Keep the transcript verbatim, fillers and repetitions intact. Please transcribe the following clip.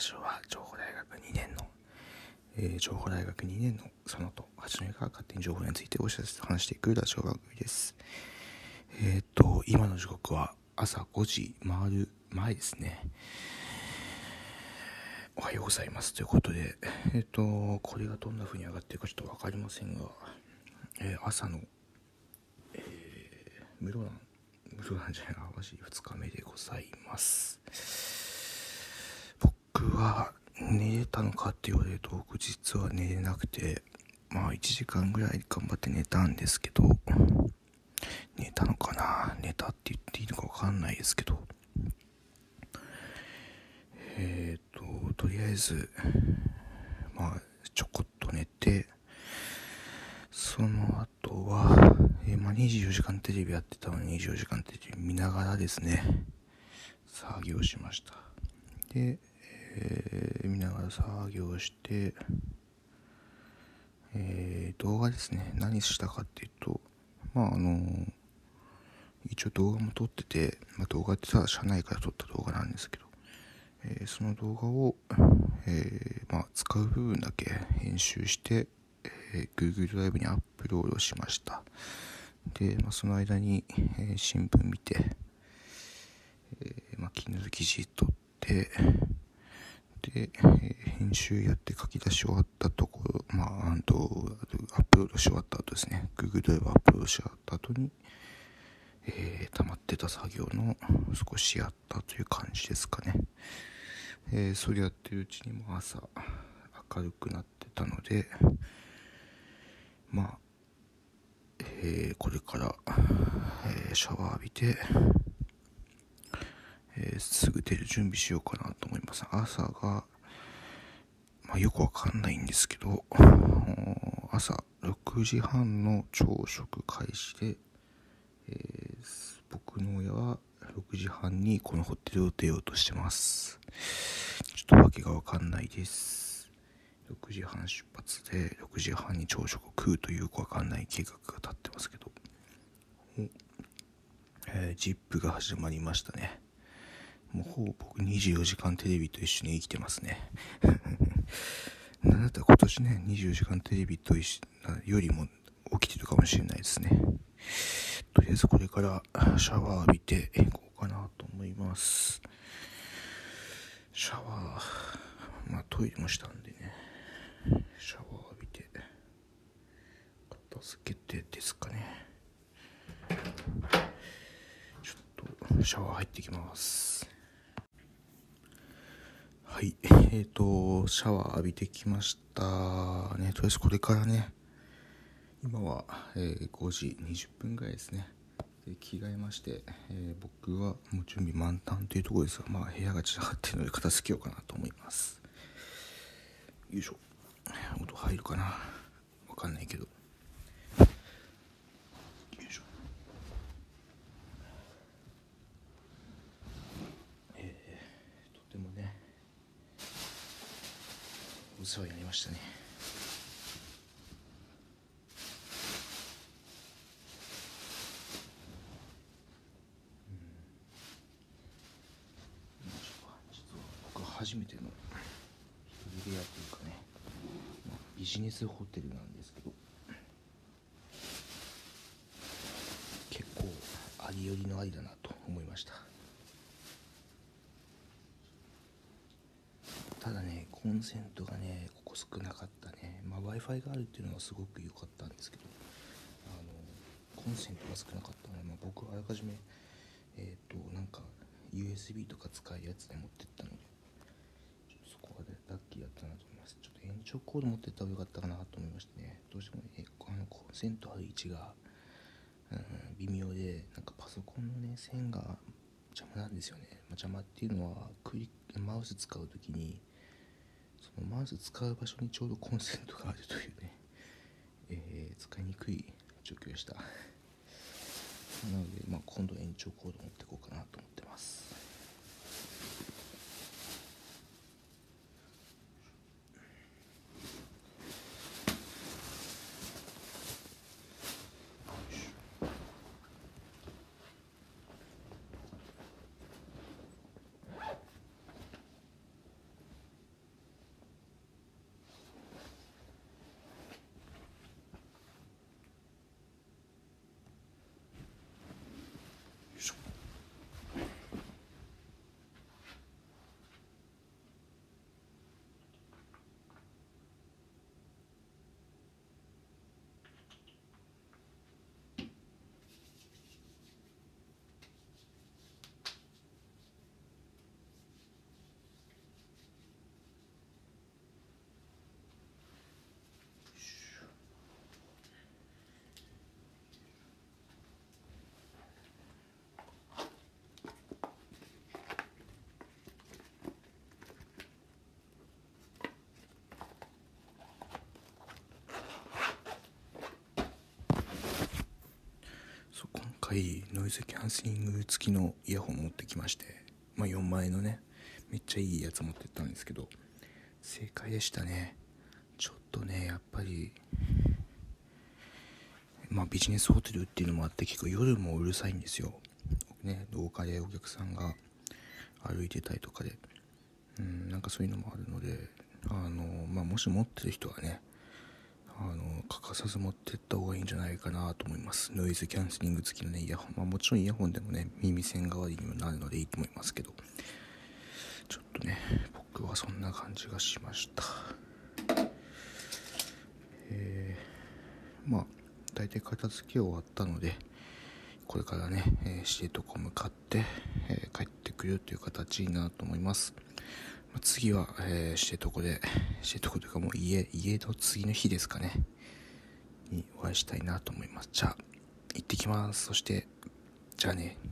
ジオは情報大学にねんの、えー、情報大学にねんの佐野と八戸が勝手に情報についてお知らせ話していくラジオ番組です。えっ、ー、と今の時刻は朝ごじ回る前ですね。おはようございますということで、えっ、ー、とこれがどんな風に上がっているかちょっと分かりませんが、えー、朝の、えー、室蘭室蘭じゃない淡路ふつかめでございます。僕は寝れたのかって言われると、僕実は寝れなくて、まあいちじかんぐらい頑張って寝たんですけど、寝たのかな寝たって言っていいのか分かんないですけど、えっととりあえずまあちょこっと寝て、その後は、えー、まあにじゅうよじかんテレビやってたのににじゅうよじかんテレビ見ながらですね作業しました。で、えー、見ながら作業して、えー、動画ですね。何したかっていうと、まああのー、一応動画も撮ってて、まあ、動画ってさ社内から撮った動画なんですけど、えー、その動画を、えーまあ、使う部分だけ編集して、えー、Google ドライブにアップロードしました。で、まあ、その間に、えー、新聞見て、えーまあ、気になる記事撮って、で、えー、編集やって書き出し終わったところ、まあ、あとアップロードし終わった後ですね、Google ドライブアップロードし終わった後に、えー、溜まってた作業の少しやったという感じですかね。えー、それやってるうちにも朝明るくなってたので、まあ、えー、これから、えー、シャワー浴びて、えー、すぐ出る準備しようかなと思います。朝が、まあ、よくわかんないんですけど、朝ろくじはんの朝食開始で、えー、僕の親はろくじはんにこのホテルを出ようとしてます。ちょっとわけがわかんないです。ろくじはん出発でろくじはんに朝食を食うというよくわかんない計画が立ってますけど、えー、ジップが始まりましたね。もうほぼ僕にじゅうよじかんテレビと一緒に生きてますね。なんだったら今年ねにじゅうよじかんテレビと一緒よりも起きてるかもしれないですね。とりあえずこれからシャワー浴びていこうかなと思います。シャワー、まあトイレもしたんでね、シャワー浴びて片付けてですかね。ちょっとシャワー入ってきます。はい、えーとシャワー浴びてきましたね。とりあえずこれからね、今は、えー、ごじにじゅっぷんぐらいですね。で着替えまして、えー、僕はもう準備満タンというところですが、まあ部屋が散らかっているので片付けようかなと思います。よいしょ。音入るかな、わかんないけど、よいしょ。えー、とてもねお世話になりましたね。初めての一人部屋というかね、まあ、ビジネスホテルなんですけど、結構ありよりのありだなと思いました。ただね、コンセントがねここ少なかったね。まあ Wi-Fi があるっていうのはすごく良かったんですけど、あのコンセントが少なかったので、まあ、僕はあらかじめえっ、ー、となんか ユーエスビー とか使えるやつで持ってったので、そこはラッキーだったなと思います。ちょっと延長コード持ってった方がよかったかなと思いましてね。どうしても、ね、あのコンセントある位置が、うん、微妙で、なんかパソコンのね線が邪魔なんですよね。まあ、邪魔っていうのはクリックマウス使うときに、そのマウス使う場所にちょうどコンセントがあるというね、えー、使いにくい状況でした。なので、まあ、今度延長コード持っていこうかなと思ってます。 回ノイズキャンセリング付きのイヤホン持ってきまして、まあよんまんえんのね、めっちゃいいやつ持ってったんですけど、正解でしたね。ちょっとね、やっぱりまあビジネスホテルっていうのもあって結構夜もうるさいんですよね。廊下でお客さんが歩いてたりとかで、うん、なんかそういうのもあるので、あのまあもし持ってる人はね、あの欠かさず持ってった方がいいんじゃないかなと思います。ノイズキャンセリング付きのねイヤホン、まあもちろんイヤホンでもね耳栓代わりにもなるのでいいと思いますけど、ちょっとね僕はそんな感じがしました。えー、まあ大体片付け終わったので、これからね、えー、知床向かって、えー、帰ってくるという形になると思います。まあ、次は、えー、知床で知床というかもう家家の次の日ですかねにお会いしたいなと思います。じゃあ行ってきます。そしてじゃあね。